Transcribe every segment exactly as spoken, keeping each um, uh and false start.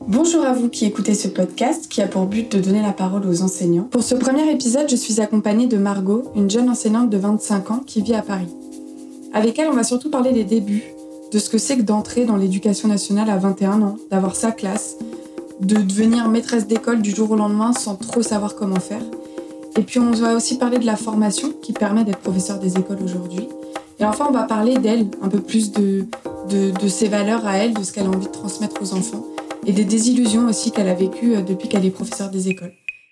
Bonjour à vous qui écoutez ce podcast qui a pour but de donner la parole aux enseignants. Pour ce premier épisode, je suis accompagnée de Margot, une jeune enseignante de vingt-cinq ans qui vit à Paris. Avec elle, on va surtout parler des débuts, de ce que c'est que d'entrer dans l'éducation nationale à vingt et un ans, d'avoir sa classe, de devenir maîtresse d'école du jour au lendemain sans trop savoir comment faire. Et puis on va aussi parler de la formation qui permet d'être professeur des écoles aujourd'hui. Et enfin, on va parler d'elle, un peu plus de, de, de ses valeurs à elle, de ce qu'elle a envie de transmettre aux enfants. Et des désillusions aussi qu'elle a vécues depuis qu'elle est professeure des écoles.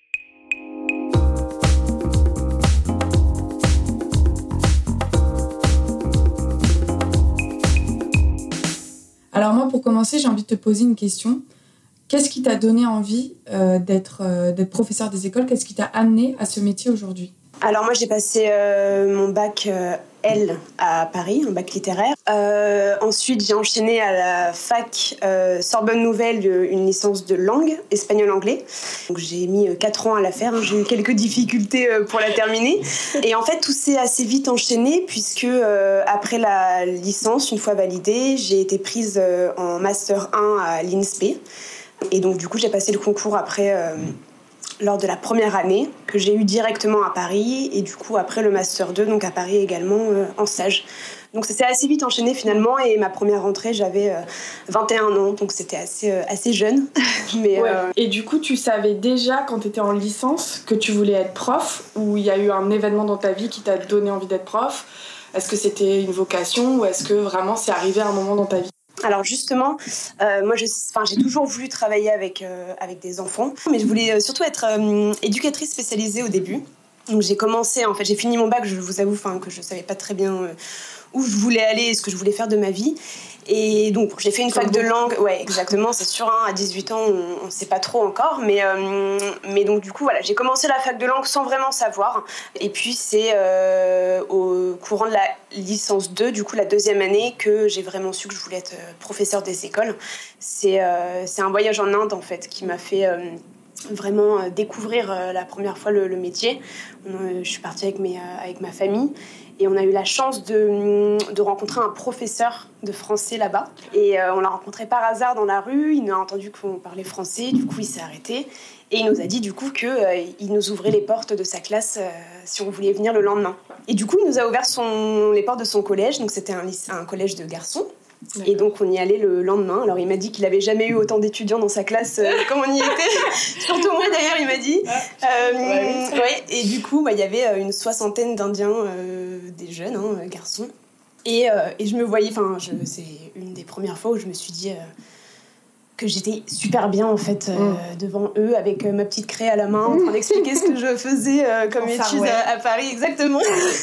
Alors moi, pour commencer, j'ai envie de te poser une question. Qu'est-ce qui t'a donné envie euh, d'être, euh, d'être professeur des écoles ? Qu'est-ce qui t'a amené à ce métier aujourd'hui ? Alors moi, j'ai passé euh, mon bac euh, L à Paris, un bac littéraire. Euh, ensuite, j'ai enchaîné à la fac euh, Sorbonne Nouvelle une licence de langue, espagnol-anglais. Donc j'ai mis quatre ans à la faire, hein. J'ai eu quelques difficultés euh, pour la terminer. Et en fait, tout s'est assez vite enchaîné puisque euh, après la licence, une fois validée, j'ai été prise euh, en master un à l'I N S P. Et donc du coup, j'ai passé le concours après... Euh, lors de la première année, que j'ai eu directement à Paris, et du coup après le Master deux, donc à Paris également, euh, en stage. Donc ça s'est assez vite enchaîné finalement, et ma première rentrée, j'avais euh, vingt et un ans, donc c'était assez, euh, assez jeune. Mais, ouais. euh... Et du coup, tu savais déjà, quand tu étais en licence, que tu voulais être prof, ou il y a eu un événement dans ta vie qui t'a donné envie d'être prof ? Est-ce que c'était une vocation, ou est-ce que vraiment c'est arrivé à un moment dans ta vie ? Alors justement, euh, moi je, j'ai toujours voulu travailler avec, euh, avec des enfants, mais je voulais surtout être euh, éducatrice spécialisée au début. Donc j'ai commencé, en fait j'ai fini mon bac, je vous avoue que je ne savais pas très bien euh, où je voulais aller et ce que je voulais faire de ma vie. Et donc j'ai fait une fac de langue, ouais exactement, c'est sûr, hein, à dix-huit ans on ne sait pas trop encore, mais, euh, mais donc du coup voilà, j'ai commencé la fac de langue sans vraiment savoir, et puis c'est euh, au courant de la licence deux, du coup la deuxième année, que j'ai vraiment su que je voulais être professeure des écoles. C'est, euh, c'est un voyage en Inde en fait qui m'a fait... Euh, vraiment découvrir euh, la première fois le, le métier. Euh, je suis partie avec, mes, euh, avec ma famille et on a eu la chance de, de rencontrer un professeur de français là-bas. Et euh, on l'a rencontré par hasard dans la rue, il a entendu qu'on parlait français, du coup il s'est arrêté et il nous a dit du coup qu'il euh, nous ouvrait les portes de sa classe euh, si on voulait venir le lendemain. Et du coup il nous a ouvert son, les portes de son collège, donc c'était un, un collège de garçons. Et donc on y allait le lendemain. Alors il m'a dit qu'il n'avait jamais eu autant d'étudiants dans sa classe euh, comme on y était. Surtout moi d'ailleurs, il m'a dit. Euh, ouais, oui. ouais, et du coup, bah, il y avait une soixantaine d'Indiens, euh, des jeunes hein, garçons. Et, euh, et je me voyais, enfin, c'est une des premières fois où je me suis dit euh, que j'étais super bien en fait euh, mmh. devant eux avec euh, ma petite craie à la main en train d'expliquer ce que je faisais euh, comme enfin, études ouais. à, à Paris, exactement.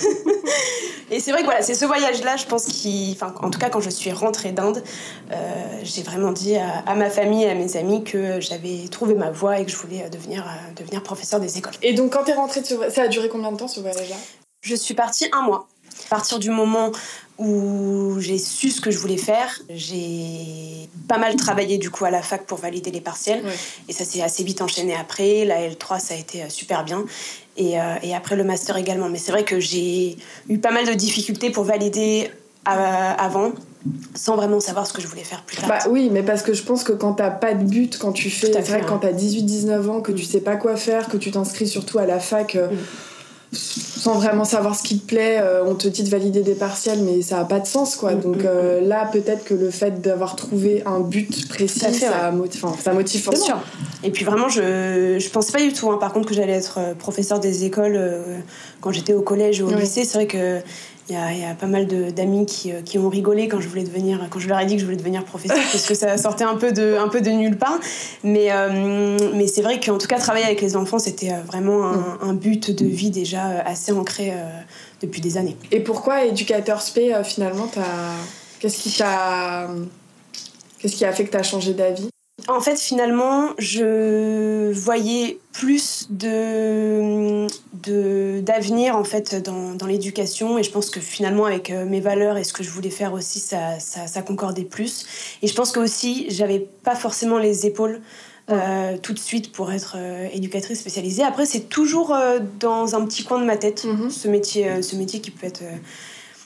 Et c'est vrai que voilà, c'est ce voyage-là, je pense, qui, enfin, en tout cas quand je suis rentrée d'Inde, euh, j'ai vraiment dit à, à ma famille et à mes amis que j'avais trouvé ma voie et que je voulais devenir, euh, devenir professeure des écoles. Et donc quand t'es rentrée de ce voyage, ça a duré combien de temps ce voyage-là ? Je suis partie un mois. À partir du moment où j'ai su ce que je voulais faire, j'ai pas mal travaillé du coup à la fac pour valider les partiels. Ouais. Et ça s'est assez vite enchaîné après. La L trois, ça a été super bien. Et, euh, et après le master également. Mais c'est vrai que j'ai eu pas mal de difficultés pour valider à, avant, sans vraiment savoir ce que je voulais faire plus tard. Bah oui, mais parce que je pense que quand t'as pas de but, quand tu fais... C'est vrai que quand t'as dix-huit dix-neuf ans, que tu sais pas quoi faire, que tu t'inscris surtout à la fac... Euh, mm. sans vraiment savoir ce qui te plaît, euh, on te dit de valider des partiels, mais ça n'a pas de sens, quoi. Donc euh, là, peut-être que le fait d'avoir trouvé un but précis, fait, ça, ouais. motive, enfin, ça motive forcément. Bien sûr. Et puis vraiment, je je pensais pas du tout, hein, par contre, que j'allais être professeure des écoles euh, quand j'étais au collège ou au ouais. lycée. C'est vrai que il y a, y a pas mal de, d'amis qui, qui ont rigolé quand je voulais devenir, quand je leur ai dit que je voulais devenir professeure, parce que ça sortait un peu de, un peu de nulle part. Mais, euh, mais c'est vrai qu'en tout cas, travailler avec les enfants, c'était vraiment un, mm. un but de vie déjà assez ancré euh, depuis des années. Et pourquoi éducateur spé, euh, finalement, t'as... Qu'est-ce qui t'a... Qu'est-ce qui a fait que t'as changé d'avis ? En fait, finalement, je voyais plus de, de, d'avenir en fait, dans, dans l'éducation, et je pense que finalement, avec mes valeurs et ce que je voulais faire aussi, ça, ça, ça concordait plus. Et je pense que aussi, j'avais pas forcément les épaules euh, tout de suite pour être euh, éducatrice spécialisée. Après, c'est toujours euh, dans un petit coin de ma tête, mm-hmm. ce métier, euh, ce métier qui peut être... Euh,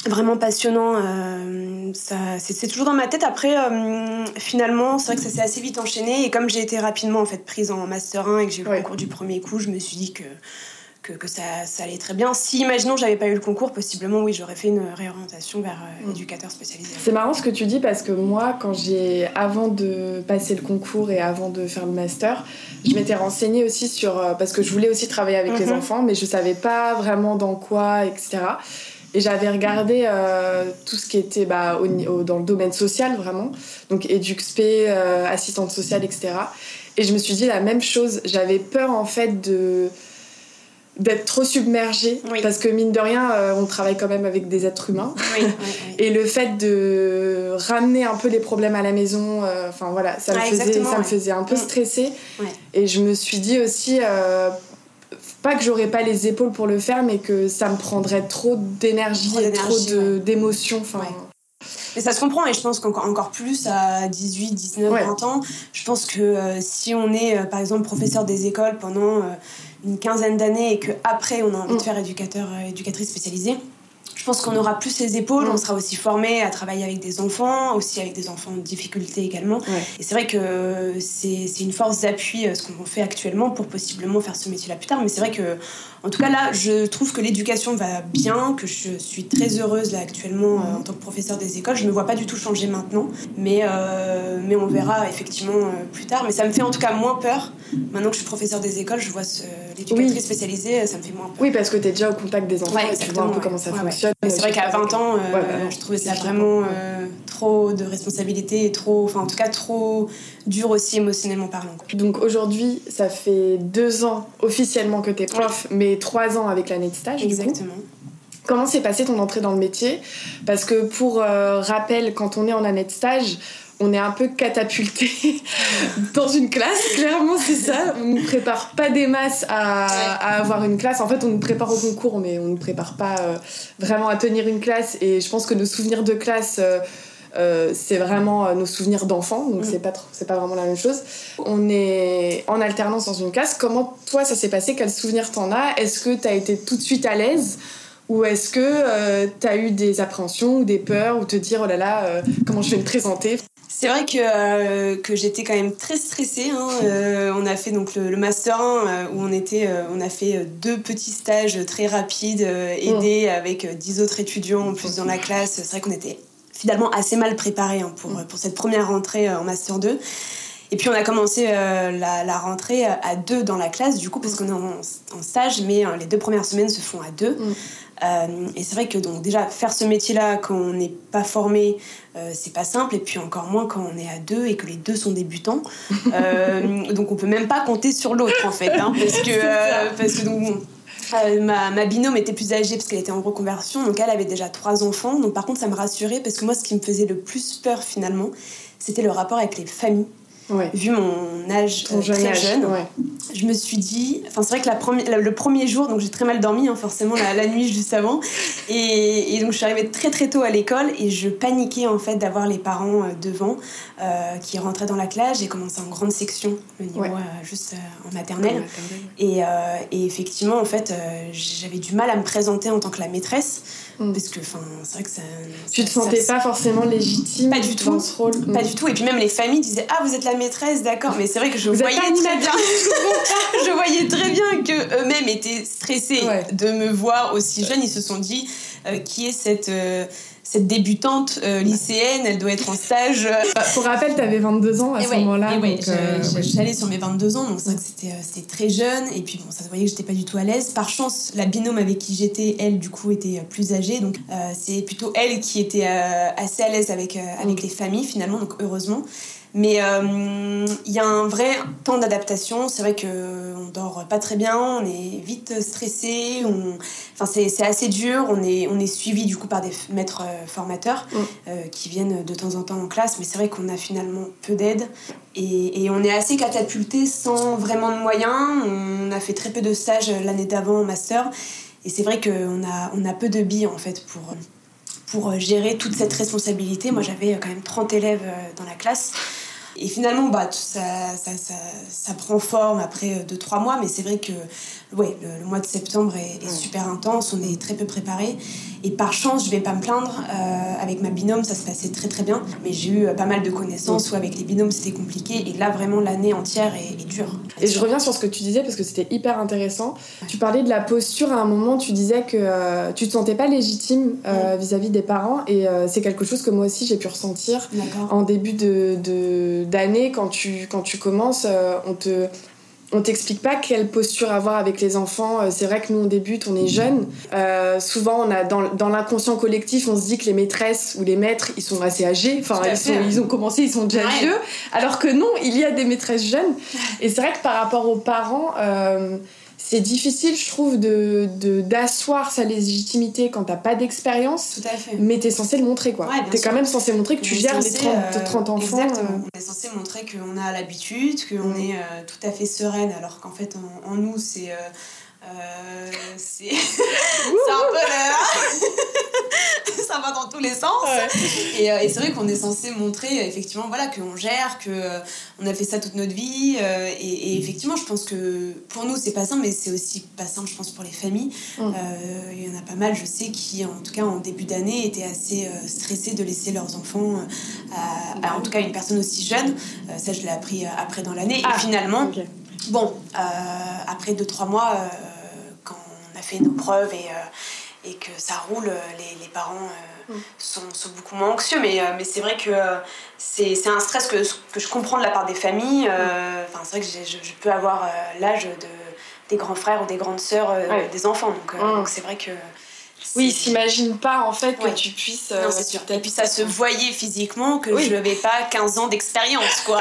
vraiment passionnant. Euh, ça, c'est, c'est toujours dans ma tête. Après, euh, finalement, c'est vrai que ça s'est assez vite enchaîné. Et comme j'ai été rapidement en fait, prise en Master un et que j'ai eu ouais. le concours du premier coup, je me suis dit que, que, que ça, ça allait très bien. Si, imaginons, j'avais pas eu le concours, possiblement, oui, j'aurais fait une réorientation vers euh, mmh. éducateur spécialisé. C'est marrant ce que tu dis parce que moi, quand j'ai, avant de passer le concours et avant de faire le Master, je m'étais renseignée aussi sur... Parce que je voulais aussi travailler avec mmh. les enfants, mais je savais pas vraiment dans quoi, et cetera. Et j'avais regardé euh, tout ce qui était bah, au, au, dans le domaine social, vraiment. Donc, EduxP, euh, assistante sociale, et cetera. Et je me suis dit la même chose. J'avais peur, en fait, de, d'être trop submergée. Oui. Parce que, mine de rien, euh, on travaille quand même avec des êtres humains. Oui, oui, oui. Et le fait de ramener un peu les problèmes à la maison, enfin, euh, voilà, ça, me, ah, faisait, ça ouais. me faisait un peu stresser. Ouais. Et je me suis dit aussi... Euh, pas que j'aurais pas les épaules pour le faire, mais que ça me prendrait trop d'énergie, trop, d'énergie, trop de, ouais. d'émotions. Enfin... Ouais. Mais ça se comprend, et je pense qu'encore encore plus à dix-huit, dix-neuf, ouais. vingt ans, je pense que euh, si on est, euh, par exemple, professeur des écoles pendant euh, une quinzaine d'années et qu'après on a envie mmh. de faire éducateur, euh, éducatrice spécialisée, je pense qu'on aura plus les épaules, mmh. on sera aussi formé à travailler avec des enfants, aussi avec des enfants en difficulté également. Ouais. Et c'est vrai que c'est, c'est une force d'appui, ce qu'on fait actuellement, pour possiblement faire ce métier-là plus tard. Mais c'est vrai que, en tout cas là, je trouve que l'éducation va bien, que je suis très heureuse là actuellement mmh. euh, en tant que professeure des écoles. Je ne me vois pas du tout changer maintenant, mais, euh, mais on verra effectivement euh, plus tard. Mais ça me fait en tout cas moins peur. Maintenant que je suis professeure des écoles, je vois ce, l'éducatrice oui. spécialisée, ça me fait moins peur. Oui, parce que tu es déjà au contact des enfants ouais, et tu vois un peu ouais. comment ça ouais, fonctionne. Ouais. C'est vrai qu'à vingt ans, euh, ouais, bah, je trouvais ça vraiment euh, trop de responsabilités et trop, enfin en tout cas trop dur aussi émotionnellement parlant. Donc aujourd'hui, ça fait deux ans officiellement que t'es prof, ouais. mais trois ans avec l'année de stage. Exactement. Du coup. Comment s'est passée ton entrée dans le métier ? Parce que pour euh, rappel, quand on est en année de stage, on est un peu catapulté dans une classe, clairement c'est ça. On ne nous prépare pas des masses à, à avoir une classe. En fait, on nous prépare au concours, mais on ne nous prépare pas euh, vraiment à tenir une classe. Et je pense que nos souvenirs de classe, euh, euh, c'est vraiment euh, nos souvenirs d'enfants, donc mmh. c'est pas trop, c'est pas vraiment la même chose. On est en alternance dans une classe. Comment toi ça s'est passé ? Quels souvenirs t'en as ? Est-ce que t'as été tout de suite à l'aise ? Ou est-ce que euh, t'as eu des appréhensions ou des peurs ou te dire oh là là euh, comment je vais me présenter ? C'est vrai que, euh, que j'étais quand même très stressée. Hein. Euh, on a fait donc le, le Master un euh, où on, était, euh, on a fait deux petits stages très rapides, euh, aidés mmh. avec dix autres étudiants en plus dans la classe. C'est vrai qu'on était finalement assez mal préparés hein, pour, mmh. pour cette première rentrée en Master deux. Et puis on a commencé euh, la, la rentrée à deux dans la classe, du coup, parce qu'on est en, en stage, mais euh, les deux premières semaines se font à deux. Mmh. Euh, et c'est vrai que donc, déjà, faire ce métier-là quand on n'est pas formé, euh, c'est pas simple, et puis encore moins quand on est à deux et que les deux sont débutants. Euh, donc on peut même pas compter sur l'autre, en fait, hein, parce que, euh, parce que donc, bon, euh, ma, ma binôme était plus âgée parce qu'elle était en reconversion, donc elle avait déjà trois enfants. Donc par contre, ça me rassurait, parce que moi, ce qui me faisait le plus peur, finalement, c'était le rapport avec les familles. Ouais. Vu mon âge euh, jeune très âge, jeune, ouais. je me suis dit, enfin c'est vrai que la premi- la, le premier jour, donc j'ai très mal dormi, hein, forcément la, la nuit juste avant, et, et donc je suis arrivée très très tôt à l'école et je paniquais en fait d'avoir les parents euh, devant euh, qui rentraient dans la classe. J'ai commencé en grande section, le niveau ouais. euh, juste euh, en maternelle, ouais, et, euh, et effectivement en fait euh, j'avais du mal à me présenter en tant que la maîtresse. Mmh. Parce que enfin c'est vrai que ça, tu ça, te sentais ça, pas forcément légitime pas du tout dans ce rôle pas mmh. du tout, et puis même les familles disaient ah vous êtes la maîtresse, d'accord, mais c'est vrai que je vous voyais très bien je voyais très bien que eux-mêmes étaient stressés ouais. de me voir aussi jeune. Ils se sont dit euh, qui est cette euh, cette débutante euh, lycéenne, elle doit être en stage. Bah, pour rappel, t'avais vingt-deux ans à et ce ouais, moment-là. Et ouais, donc, je, euh, je, ouais. j'allais sur mes vingt-deux ans, donc c'est vrai que c'était, c'était très jeune. Et puis bon, ça se voyait que j'étais pas du tout à l'aise. Par chance, la binôme avec qui j'étais, elle, du coup, était plus âgée. Donc euh, c'est plutôt elle qui était euh, assez à l'aise avec, euh, avec mm. les familles, finalement, donc heureusement. Mais il euh, y a un vrai temps d'adaptation. C'est vrai qu'on dort pas très bien, on est vite stressé, on... enfin, c'est, c'est assez dur. On est, on est suivi du coup par des maîtres euh, formateurs mmh. euh, qui viennent de temps en temps en classe, mais c'est vrai qu'on a finalement peu d'aide et, et on est assez catapulté sans vraiment de moyens. On a fait très peu de stages l'année d'avant en master et c'est vrai qu'on a, on a peu de billes en fait pour... pour gérer toute cette responsabilité. Moi, j'avais quand même trente élèves dans la classe. Et finalement, bah, ça, ça, ça, ça prend forme après deux trois mois, mais c'est vrai que ouais, le, le mois de septembre est, est super intense, on est très peu préparés. Et par chance, je vais pas me plaindre. Euh, avec ma binôme, ça se passait très très bien. Mais j'ai eu pas mal de connaissances où avec les binômes, c'était compliqué. Et là, vraiment, l'année entière est, est dure. Et je reviens sur ce que tu disais parce que c'était hyper intéressant. Tu parlais de la posture à un moment, tu disais que euh, tu te sentais pas légitime euh, vis-à-vis des parents. Et euh, c'est quelque chose que moi aussi j'ai pu ressentir. D'accord. En début de, de, d'année, quand tu, quand tu commences, euh, on te... On t'explique pas quelle posture avoir avec les enfants. C'est vrai que nous on débute, on est jeunes. Euh, souvent on a dans, dans l'inconscient collectif, on se dit que les maîtresses ou les maîtres ils sont assez âgés. Enfin ils, sont, ils ont commencé, ils sont déjà ouais. vieux. Alors que non, il y a des maîtresses jeunes. Et c'est vrai que par rapport aux parents, euh, c'est difficile, je trouve, de, de, d'asseoir sa légitimité quand t'as pas d'expérience. Tout à fait. Mais t'es censé le montrer, quoi. Ouais, t'es sûr. quand même censé montrer que tu gères censé, les trente, euh, trente enfants. Exactement. Euh... On est censé montrer qu'on a l'habitude, qu'on mmh. est euh, tout à fait sereine, alors qu'en fait, en, en nous, c'est... Euh, euh, c'est... c'est un peu... Le... ça va dans tous les sens. Ouais. Et, euh, et c'est vrai qu'on est censé montrer, effectivement, voilà, qu'on gère, qu'on euh, a fait ça toute notre vie. Euh, et, et effectivement, je pense que pour nous, c'est pas simple, mais c'est aussi pas simple, je pense, pour les familles. Il mmh. euh, y en a pas mal, je sais, qui, en tout cas, en début d'année, étaient assez euh, stressés de laisser leurs enfants à, à, en tout cas, une personne aussi jeune. Euh, ça, je l'ai appris après dans l'année. Ah, et finalement, okay. bon, euh, après deux, trois mois, euh, quand on a fait nos preuves et... Euh, et que ça roule, les, les parents euh, mm. sont, sont beaucoup moins anxieux. Mais, euh, mais c'est vrai que euh, c'est, c'est un stress que, que je comprends de la part des familles. Euh, mm. C'est vrai que je, je peux avoir euh, l'âge de, des grands frères ou des grandes sœurs euh, ouais. des enfants. Donc, euh, mm. donc c'est vrai que... C'est... Oui, ils s'imaginent pas en fait que ouais. tu puisses... Euh, non, c'est sûr. Et puis ça se voyait physiquement que oui. je n'avais pas quinze ans d'expérience, quoi.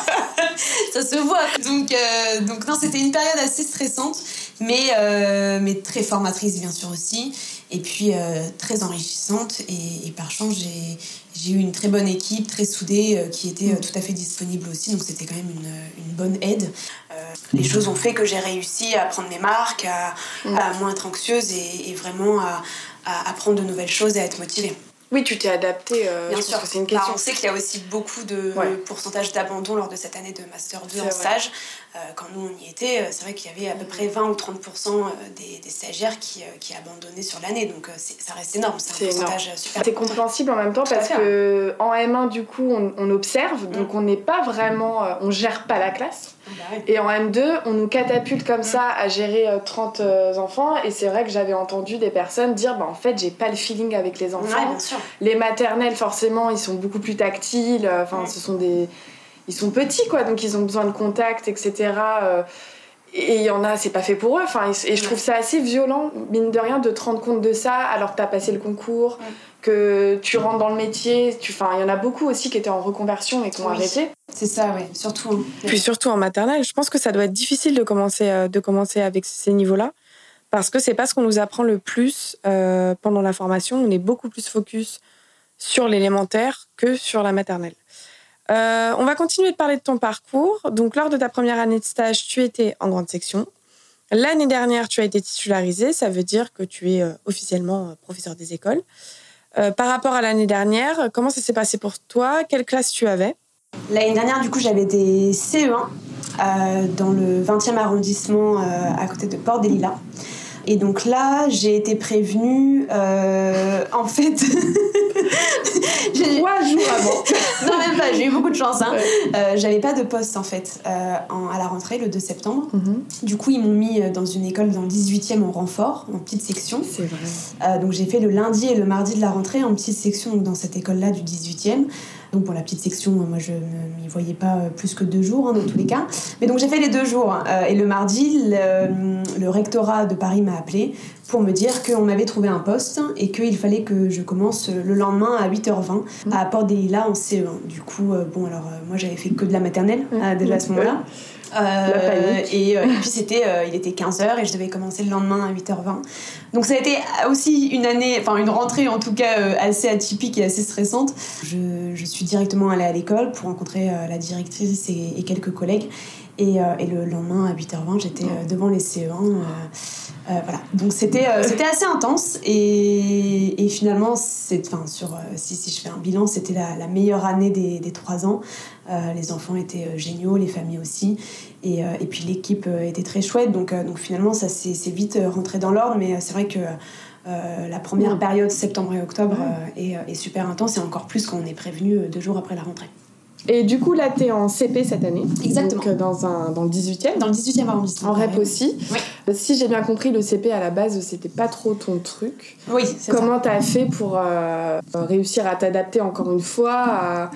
Ça se voit. Donc, euh, donc non, c'était une période assez stressante, mais, euh, mais très formatrice, bien sûr, aussi. Et puis euh, très enrichissante. Et, et par chance, j'ai, j'ai eu une très bonne équipe, très soudée, euh, qui était euh, tout à fait disponible aussi. Donc c'était quand même une, une bonne aide. Euh, les choses ont fait que j'ai réussi à prendre mes marques, à, mmh. à moins être anxieuse et, et vraiment à, à apprendre de nouvelles choses et à être motivée. Oui, tu t'es adaptée. Euh, Bien je sûr. pense que c'est une question. Bah, on sait qu'il y a aussi beaucoup de ouais. pourcentage d'abandon lors de cette année de Master deux c'est en vrai. Stage. Euh, quand nous, on y était, c'est vrai qu'il y avait à peu près vingt ou trente pour cent des, des stagiaires qui, qui abandonnaient sur l'année. Donc, c'est, ça reste énorme. C'est un c'est pourcentage énorme. Super C'est compréhensible en même temps parce qu'en M un, du coup, on, on observe. Mm. Donc, on n'est pas vraiment... Euh, on gère pas la classe. Bah ouais. Et en M deux, on nous catapulte comme mm. ça à gérer euh, trente euh, enfants. Et c'est vrai que j'avais entendu des personnes dire bah, en fait, j'ai pas le feeling avec les enfants. Ouais, bien sûr. Les maternelles, forcément, ils sont beaucoup plus tactiles. Enfin, mm. ce sont des... Ils sont petits, quoi, donc ils ont besoin de contact, et cetera. Et il y en a, c'est pas fait pour eux. Enfin, et je trouve ça assez violent, mine de rien, de te rendre compte de ça alors que t'as passé le concours, ouais. que tu rentres dans le métier. Tu... Enfin, il y en a beaucoup aussi qui étaient en reconversion et qui ont oui. arrêté. C'est ça, oui, surtout. Hein. Puis surtout en maternelle, je pense que ça doit être difficile de commencer, euh, de commencer avec ces niveaux-là. Parce que c'est pas ce qu'on nous apprend le plus euh, pendant la formation. On est beaucoup plus focus sur l'élémentaire que sur la maternelle. Euh, on va continuer de parler de ton parcours. Donc, lors de ta première année de stage, tu étais en grande section. L'année dernière, tu as été titularisée. Ça veut dire que tu es euh, officiellement professeur des écoles. Euh, par rapport à l'année dernière, comment ça s'est passé pour toi ? Quelle classe tu avais ? L'année dernière, du coup, j'avais des C E un euh, dans le vingtième arrondissement euh, à côté de Port-des-Lilas. Et donc là, j'ai été prévenue, euh, en fait... Trois jours avant. Non, même pas, j'ai eu beaucoup de chance. Hein. Ouais. Euh, j'avais pas de poste, en fait, euh, en, à la rentrée, le deux septembre. Mm-hmm. Du coup, ils m'ont mis dans une école dans le dix-huitième en renfort, en petite section. C'est vrai. Euh, donc, j'ai fait le lundi et le mardi de la rentrée en petite section dans cette école-là du dix-huitième. Donc pour la petite section, moi je ne m'y voyais pas plus que deux jours hein, dans tous les cas. Mais donc j'ai fait les deux jours. Euh, et le mardi, le, le rectorat de Paris m'a appelé pour me dire qu'on m'avait trouvé un poste et qu'il fallait que je commence le lendemain à huit heures vingt à Port-des-Lilas en C E un. Du coup, euh, bon alors euh, moi j'avais fait que de la maternelle euh, déjà à ce moment-là. Euh, et, euh, et puis c'était, euh, il était quinze heures et je devais commencer le lendemain à huit heures vingt. Donc ça a été aussi une année, enfin une rentrée en tout cas euh, assez atypique et assez stressante. Je, je suis directement allée à l'école pour rencontrer euh, la directrice et, et quelques collègues. Et, euh, et le lendemain à huit heures vingt, j'étais euh, devant les C E un. Euh, euh, voilà. Donc c'était, euh, c'était assez intense et, et finalement, c'est, sur, euh, si, si je fais un bilan, c'était la, la meilleure année des, des trois ans. Euh, les enfants étaient euh, géniaux, les familles aussi. Et, euh, et puis l'équipe euh, était très chouette. Donc, euh, donc finalement, ça s'est, c'est vite euh, rentré dans l'ordre. Mais euh, c'est vrai que euh, la première période, septembre et octobre, euh, est, est super intense, et encore plus quand on est prévenu deux jours après la rentrée. Et du coup, là, t'es en C P cette année. Exactement. Donc, dans, un, dans le dix-huitième. Dans le dix-huitième arrondissement. En REP aussi. Oui. Si j'ai bien compris, le C P, à la base, c'était pas trop ton truc. Oui, c'est Comment ça. t'as fait pour euh, réussir à t'adapter, encore une fois, à,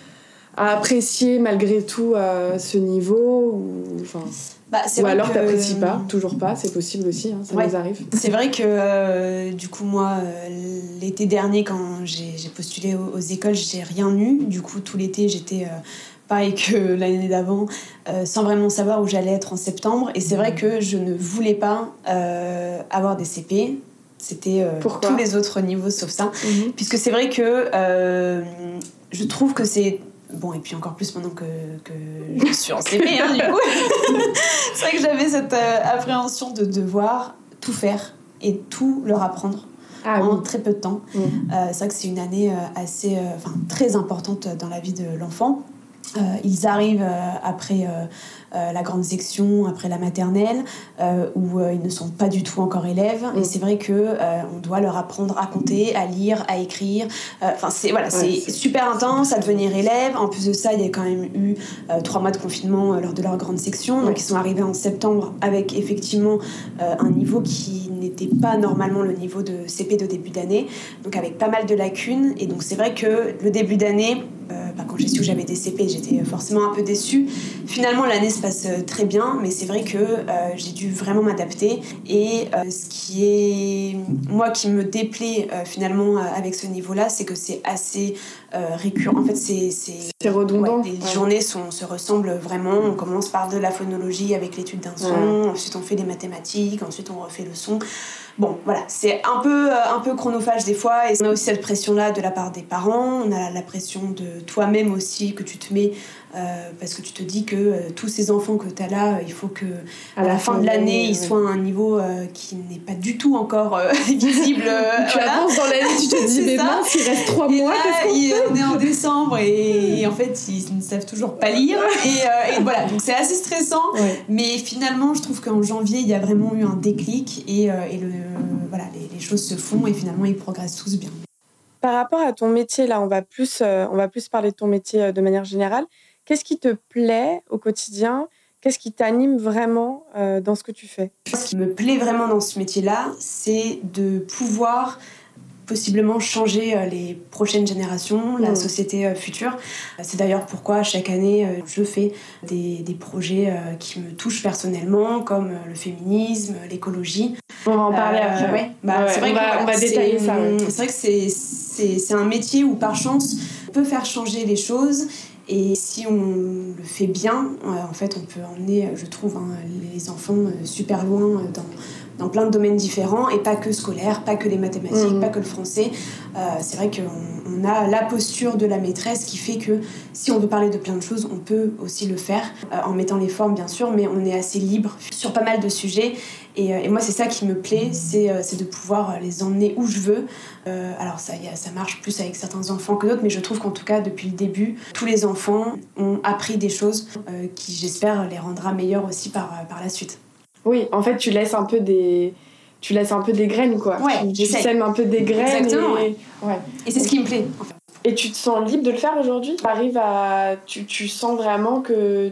à apprécier malgré tout euh, ce niveau ou, enfin... Bah, c'est Ou vrai alors que... t'apprécies pas, toujours pas, c'est possible aussi, hein, ça ouais. nous arrive. C'est vrai que euh, du coup moi euh, l'été dernier quand j'ai, j'ai postulé aux, aux écoles, j'ai rien eu. Du coup tout l'été j'étais euh, pareil que l'année d'avant, euh, sans vraiment savoir où j'allais être en septembre. Et c'est vrai que je ne voulais pas euh, avoir des C P. C'était euh, tous les autres niveaux sauf ça. Mm-hmm. Puisque c'est vrai que euh, je trouve que c'est... Bon, et puis encore plus maintenant que, que je suis en C P, hein, du coup. C'est vrai que j'avais cette euh, appréhension de devoir tout faire et tout leur apprendre ah, en oui. très peu de temps. Mmh. Euh, c'est vrai que c'est une année euh, assez, euh, enfin, très importante dans la vie de l'enfant. Euh, ils arrivent euh, après euh, euh, la grande section, après la maternelle, euh, où euh, ils ne sont pas du tout encore élèves. Mmh. Et c'est vrai que euh, on doit leur apprendre à compter, à lire, à écrire. Enfin, euh, c'est voilà, ouais, c'est, c'est super intense à devenir élève. En plus de ça, il y a quand même eu euh, trois mois de confinement euh, lors de leur grande section. Ouais. Donc ils sont arrivés en septembre avec effectivement euh, un niveau qui n'était pas normalement le niveau de C P de début d'année. Donc avec pas mal de lacunes. Et donc c'est vrai que le début d'année, euh, bah, quand j'ai su que j'avais des C P, j'étais forcément un peu déçue. Finalement, l'année se passe très bien, mais c'est vrai que euh, j'ai dû vraiment m'adapter. Et euh, ce qui est, moi, qui me déplaît euh, finalement euh, avec ce niveau-là, c'est que c'est assez euh, récurrent. En fait, c'est... C'est, c'est redondant. Ouais, les ouais. journées sont, se ressemblent vraiment. On commence par de la phonologie avec l'étude d'un son, ouais. Ensuite on fait des mathématiques, ensuite on refait le son. Bon, voilà, c'est un peu, euh, un peu chronophage des fois, et on a aussi cette pression-là de la part des parents, on a la pression de toi-même aussi que tu te mets, euh, parce que tu te dis que euh, tous ces enfants que tu as là, euh, il faut que à, à la, la fin de l'année, ils ouais. soient à un niveau euh, qui n'est pas du tout encore euh, visible. Euh, tu voilà. avances dans l'année, tu te dis, mais mince, il reste trois mois, là, qu'est-ce qu'on il, fait ? On est en décembre, et, et en fait, ils ne savent toujours pas lire, et, euh, et voilà, donc c'est assez stressant, ouais. Mais finalement, je trouve qu'en janvier, il y a vraiment eu un déclic, et, euh, et le... voilà, les, les choses se font et finalement ils progressent tous bien. Par rapport à ton métier, là, on va plus, euh, on va plus parler de ton métier euh, de manière générale. Qu'est-ce qui te plaît au quotidien ? Qu'est-ce qui t'anime vraiment euh, dans ce que tu fais ? Ce qui me plaît vraiment dans ce métier-là, c'est de pouvoir possiblement changer les prochaines générations, la mmh. société future. C'est d'ailleurs pourquoi chaque année je fais des, des projets qui me touchent personnellement, comme le féminisme, l'écologie. On va en parler euh, après. Ouais. Bah, ouais, c'est vrai on, va, on va détailler ça. Ouais. C'est vrai que c'est, c'est, c'est un métier où par chance on peut faire changer les choses. Et si on le fait bien, en fait, on peut emmener, je trouve, hein, les enfants super loin dans, dans plein de domaines différents, et pas que scolaire, pas que les mathématiques, mmh. pas que le français. Euh, c'est vrai qu'on on a la posture de la maîtresse qui fait que si on veut parler de plein de choses, on peut aussi le faire, euh, en mettant les formes, bien sûr, mais on est assez libre sur pas mal de sujets. Et, et moi, c'est ça qui me plaît, c'est, c'est de pouvoir les emmener où je veux. Euh, alors, ça, y a, ça marche plus avec certains enfants que d'autres, mais je trouve qu'en tout cas, depuis le début, tous les enfants ont appris des choses euh, qui, j'espère, les rendra meilleurs aussi par, par la suite. Oui, en fait, tu laisses un peu des... Tu laisses un peu des graines, quoi. Ouais, tu, tu sèmes un peu des graines. Exactement, et... Ouais. Et c'est ce qui me plaît, en fait. Et tu te sens libre de le faire aujourd'hui ? T'arrives à... Tu, tu sens vraiment que,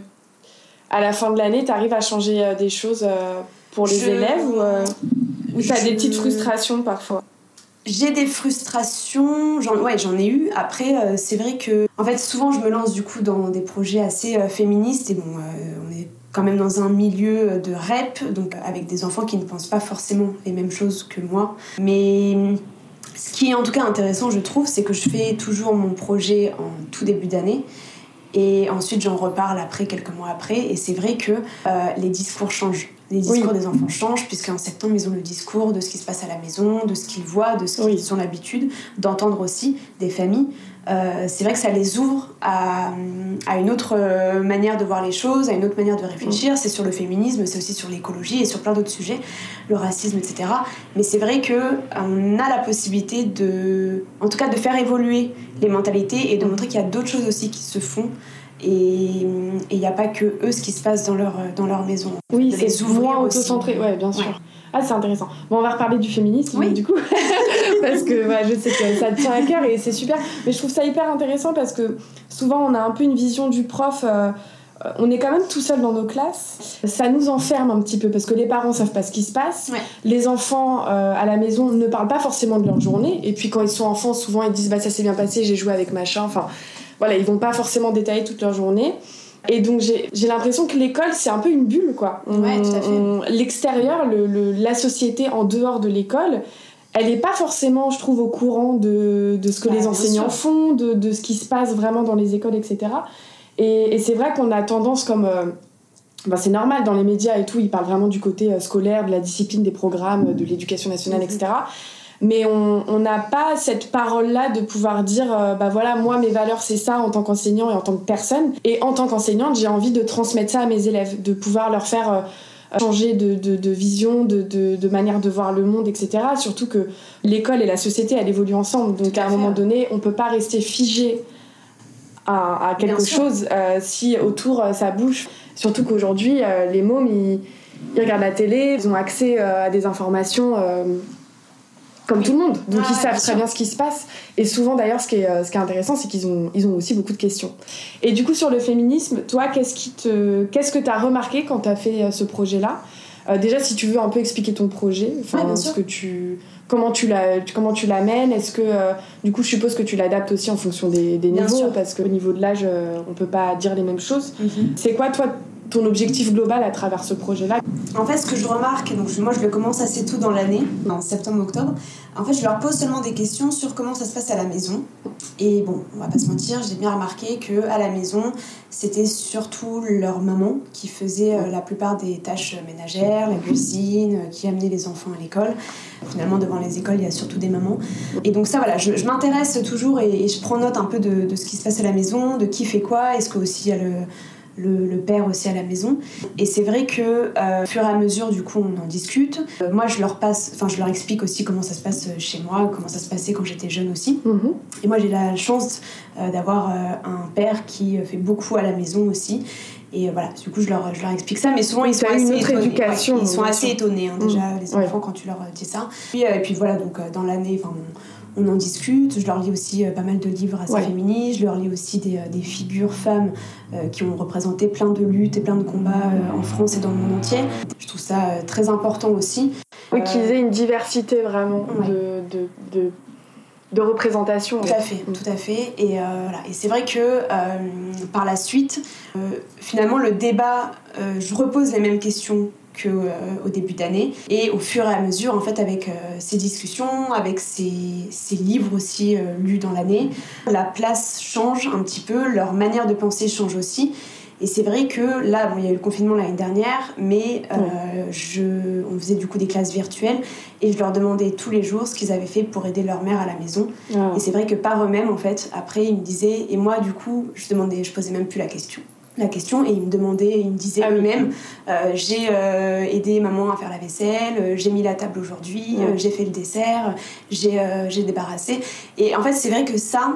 à la fin de l'année, tu arrives à changer des choses pour les je... élèves ou, euh... ou tu as je... des petites frustrations parfois ? J'ai des frustrations, j'en, ouais, j'en ai eu. Après, euh, c'est vrai que, en fait, souvent, je me lance du coup dans des projets assez euh, féministes. Et bon, euh, on est quand même dans un milieu de rep, donc avec des enfants qui ne pensent pas forcément les mêmes choses que moi. Mais ce qui est en tout cas intéressant, je trouve, c'est que je fais toujours mon projet en tout début d'année. Et ensuite, j'en reparle après, quelques mois après. Et c'est vrai que euh, les discours changent. Les discours oui. des enfants changent, puisqu'en septembre, ils ont le discours de ce qui se passe à la maison, de ce qu'ils voient, de ce qu'ils oui. ont l'habitude d'entendre aussi des familles. Euh, c'est vrai que ça les ouvre à, à une autre manière de voir les choses, à une autre manière de réfléchir. Oui. C'est sur le féminisme, c'est aussi sur l'écologie et sur plein d'autres sujets, le racisme, et cetera. Mais c'est vrai qu'on a la possibilité de, en tout cas, de faire évoluer les mentalités et de montrer qu'il y a d'autres choses aussi qui se font Et il n'y a pas que eux ce qui se passe dans leur, dans leur maison. Oui, de c'est les ouvrir moins aussi. auto-centré, ouais, bien sûr. Ouais. Ah, c'est intéressant. Bon, on va reparler du féminisme, oui. du coup, parce que ouais, je sais que ça te tient à cœur et c'est super. Mais je trouve ça hyper intéressant parce que souvent, on a un peu une vision du prof... Euh, on est quand même tout seul dans nos classes. Ça nous enferme un petit peu parce que les parents savent pas ce qui se passe. Ouais. Les enfants euh, à la maison ne parlent pas forcément de leur journée. Et puis quand ils sont enfants, souvent ils disent bah ça s'est bien passé, j'ai joué avec machin. Enfin voilà, ils vont pas forcément détailler toute leur journée. Et donc j'ai, j'ai l'impression que l'école c'est un peu une bulle quoi. On, ouais, tout à fait. On, l'extérieur, le, le, la société en dehors de l'école, elle n'est pas forcément, je trouve, au courant de, de ce que bah, les enseignants font, de, de ce qui se passe vraiment dans les écoles, et cetera. Et, et c'est vrai qu'on a tendance comme... Euh, ben c'est normal, dans les médias et tout, ils parlent vraiment du côté euh, scolaire, de la discipline des programmes, de l'éducation nationale, mmh. et cetera. Mais on n'a pas cette parole-là de pouvoir dire, euh, bah voilà, moi, mes valeurs, c'est ça en tant qu'enseignant et en tant que personne. Et en tant qu'enseignante, j'ai envie de transmettre ça à mes élèves, de pouvoir leur faire euh, changer de, de, de vision, de, de, de manière de voir le monde, et cetera. Surtout que l'école et la société, elles évoluent ensemble. Donc à, à un moment donné, on ne peut pas rester figé à, à quelque chose euh, si autour euh, ça bouge. Surtout qu'aujourd'hui euh, les mômes ils, ils regardent la télé, ils ont accès euh, à des informations euh, comme oui. tout le monde, donc ah, ils savent bien très sûr. bien ce qui se passe. Et souvent d'ailleurs ce qui est, euh, ce qui est intéressant c'est qu'ils ont, ils ont aussi beaucoup de questions. Et du coup sur le féminisme, toi qu'est-ce, qui te, qu'est-ce que tu as remarqué quand tu as fait euh, ce projet là euh, déjà si tu veux un peu expliquer ton projet, ouais, ce que tu... Comment tu, la, comment tu l'amènes? Est-ce que, euh, du coup, je suppose que tu l'adaptes aussi en fonction des, des niveaux, parce qu'au niveau de l'âge, euh, on peut pas dire les mêmes choses. Mm-hmm. C'est quoi, toi, ton objectif global à travers ce projet-là? En fait, ce que je remarque, donc moi je le commence assez tôt dans l'année, en septembre-octobre, en fait, je leur pose seulement des questions sur comment ça se passe à la maison. Et bon, on va pas se mentir, j'ai bien remarqué qu'à la maison, c'était surtout leur maman qui faisait euh, la plupart des tâches ménagères, la cuisine, euh, qui amenait les enfants à l'école. Finalement, devant les écoles, il y a surtout des mamans. Et donc ça, voilà, je, je m'intéresse toujours et, et je prends note un peu de, de ce qui se passe à la maison, de qui fait quoi, est-ce que aussi il y a le... Le, le père aussi à la maison. Et c'est vrai que euh, au fur et à mesure, du coup, on en discute. Euh, moi, je leur passe, enfin, je leur explique aussi comment ça se passe chez moi, comment ça se passait quand j'étais jeune aussi. Mm-hmm. Et moi, j'ai la chance euh, d'avoir euh, un père qui fait beaucoup à la maison aussi. Et euh, voilà, du coup, je leur, je leur explique ça. Mais souvent, ils sont assez étonnés. Ouais, ils sont assez étonnés, hein, déjà, mmh. les enfants, ouais. quand tu leur dis ça. Puis, euh, et puis voilà, donc euh, dans l'année, enfin, on, on en discute. Je leur lis aussi euh, pas mal de livres assez ouais. féministes. Je leur lis aussi des, euh, des figures femmes euh, qui ont représenté plein de luttes et plein de combats euh, en France et dans le monde entier. Je trouve ça euh, très important aussi. Oui, euh, qu'ils aient une diversité vraiment ouais. de... de, de... de représentation. Tout à fait, mmh. tout à fait. Et, euh, voilà. Et c'est vrai que euh, par la suite, euh, finalement, le débat, euh, je repose les mêmes questions qu'au euh, début d'année. Et au fur et à mesure, en fait, avec euh, ces discussions, avec ces, ces livres aussi euh, lus dans l'année, la place change un petit peu, leur manière de penser change aussi. Et c'est vrai que là, bon, il y a eu le confinement l'année dernière, mais euh, mmh. je, on faisait du coup des classes virtuelles et je leur demandais tous les jours ce qu'ils avaient fait pour aider leur mère à la maison. Mmh. Et c'est vrai que par eux-mêmes, en fait, après, ils me disaient... Et moi, du coup, je demandais, je posais même plus la question. La question et ils me demandaient, ils me disaient ah, eux-mêmes euh, j'ai euh, aidé maman à faire la vaisselle, euh, j'ai mis la table aujourd'hui, mmh. euh, j'ai fait le dessert, j'ai, euh, j'ai débarrassé. Et en fait, c'est vrai que ça,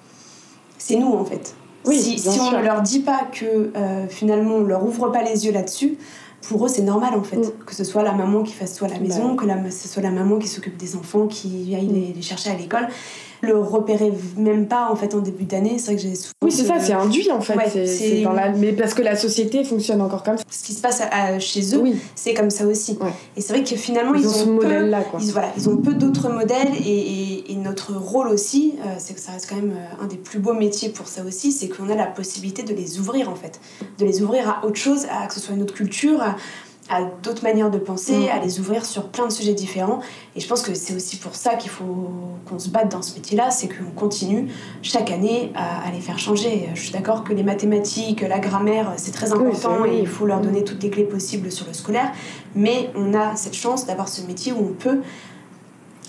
c'est nous, en fait. Oui, si, si on ne leur dit pas que euh, finalement on leur ouvre pas les yeux là-dessus, pour eux c'est normal en fait, mm. que ce soit la maman qui fasse tout à la maison, bah. que la, ce soit la maman qui s'occupe des enfants, qui aille mm. les, les chercher à l'école. Le repérer même pas en fait en début d'année, c'est vrai que j'ai souvent oui c'est ce... ça, c'est induit en fait, ouais, c'est, c'est... C'est dans la... mais parce que la société fonctionne encore comme ça. Ce qui se passe à, à, chez eux, oui. c'est comme ça aussi. Ouais. Et c'est vrai que finalement ils, ils ont, ont ce peu, modèle là quoi. Ils, voilà, ils ont peu d'autres modèles et, et, et notre rôle aussi, euh, c'est que ça reste quand même un des plus beaux métiers pour ça aussi, c'est qu'on a la possibilité de les ouvrir en fait, de les ouvrir à autre chose, à que ce soit une autre culture. À, à d'autres manières de penser, mmh. à les ouvrir sur plein de sujets différents. Et je pense que c'est aussi pour ça qu'il faut qu'on se batte dans ce métier-là, c'est qu'on continue chaque année à, à les faire changer. Je suis d'accord que les mathématiques, la grammaire, c'est très important oui, c'est... et il faut leur donner toutes les clés possibles sur le scolaire, mais on a cette chance d'avoir ce métier où on peut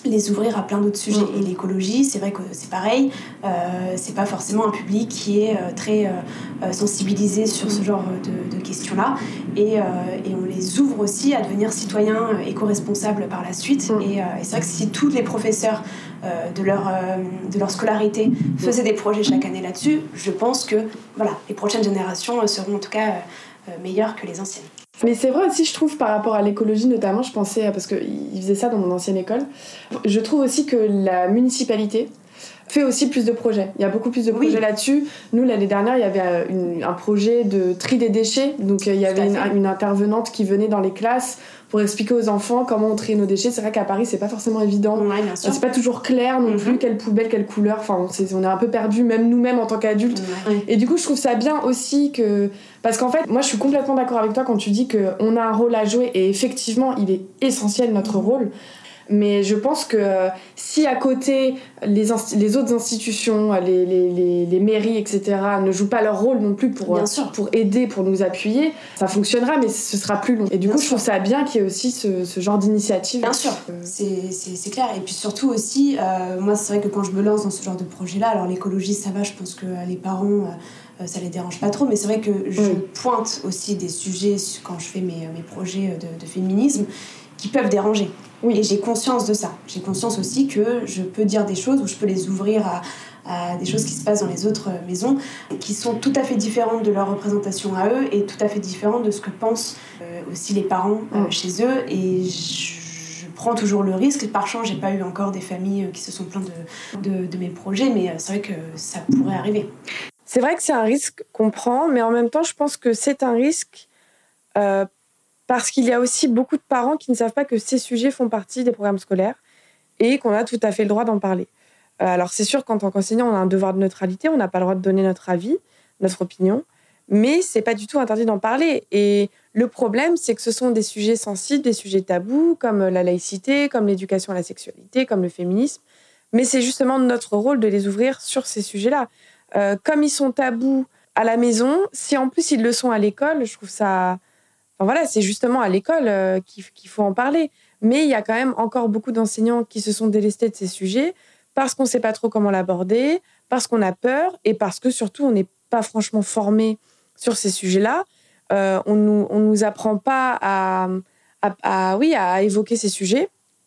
les ouvrir à plein d'autres sujets. Mmh. Et l'écologie, c'est vrai que c'est pareil, euh, c'est pas forcément un public qui est euh, très euh, sensibilisé sur ce genre de, de questions-là, et, euh, et on les ouvre aussi à devenir citoyens éco-responsables par la suite. Mmh. Et, euh, et c'est vrai que si tous les professeurs euh, de, leur, euh, de leur scolarité faisaient des projets chaque année là-dessus, je pense que voilà, les prochaines générations seront en tout cas euh, meilleures que les anciennes. Mais c'est vrai aussi, je trouve, par rapport à l'écologie notamment, je pensais, parce qu'ils faisaient ça dans mon ancienne école, je trouve aussi que la municipalité fait aussi plus de projets. Il y a beaucoup plus de projets oui. là-dessus. Nous, l'année dernière, il y avait une, un projet de tri des déchets. Donc, il y avait une, une intervenante qui venait dans les classes pour expliquer aux enfants comment on trie nos déchets. C'est vrai qu'à Paris, c'est pas forcément évident. Ouais, bien sûr. C'est pas toujours clair non mm-hmm. plus, quelle poubelle, quelle couleur. Enfin, on, c'est, on est un peu perdu, même nous-mêmes en tant qu'adultes. Ouais. Et du coup, je trouve ça bien aussi que... Parce qu'en fait, moi, je suis complètement d'accord avec toi quand tu dis qu'on a un rôle à jouer. Et effectivement, il est essentiel, notre mm-hmm. rôle. Mais je pense que euh, si à côté les, inst- les autres institutions, les, les, les, les mairies, et cetera ne jouent pas leur rôle non plus pour, euh, pour aider, pour nous appuyer, ça fonctionnera, mais ce sera plus long. Et du bien coup, sûr. Je trouve ça bien qu'il y ait aussi ce, ce genre d'initiative. Bien sûr, euh... c'est, c'est, c'est clair. Et puis surtout aussi, euh, moi c'est vrai que quand je me lance dans ce genre de projet-là, alors l'écologie ça va, je pense que les parents... Euh, ça les dérange pas trop, mais c'est vrai que je oui. pointe aussi des sujets quand je fais mes, mes projets de, de féminisme qui peuvent déranger. Oui. Et j'ai conscience de ça. J'ai conscience aussi que je peux dire des choses ou je peux les ouvrir à, à des choses qui se passent dans les autres maisons qui sont tout à fait différentes de leur représentation à eux et tout à fait différentes de ce que pensent euh, aussi les parents euh, chez eux. Et je, je prends toujours le risque. Par chance, j'ai pas eu encore des familles qui se sont plaintes de, de, de mes projets, mais c'est vrai que ça pourrait arriver. C'est vrai que c'est un risque qu'on prend, mais en même temps, je pense que c'est un risque euh, parce qu'il y a aussi beaucoup de parents qui ne savent pas que ces sujets font partie des programmes scolaires et qu'on a tout à fait le droit d'en parler. Euh, alors c'est sûr qu'en tant qu'enseignant, on a un devoir de neutralité, on n'a pas le droit de donner notre avis, notre opinion, mais c'est pas du tout interdit d'en parler. Et le problème, c'est que ce sont des sujets sensibles, des sujets tabous, comme la laïcité, comme l'éducation à la sexualité, comme le féminisme, mais c'est justement notre rôle de les ouvrir sur ces sujets-là. Euh, comme ils sont tabous à la maison, si en plus ils le sont à l'école, je trouve ça... Enfin voilà, c'est justement à l'école euh, qu'il, qu'il faut en parler. Mais il y a quand même encore beaucoup d'enseignants qui se sont délestés de ces sujets parce qu'on ne sait pas trop comment l'aborder, parce qu'on a peur et parce que surtout on n'est pas franchement formé sur ces sujets-là. Euh, on nous, on nous apprend pas à, à, à, oui, à évoquer ces sujets.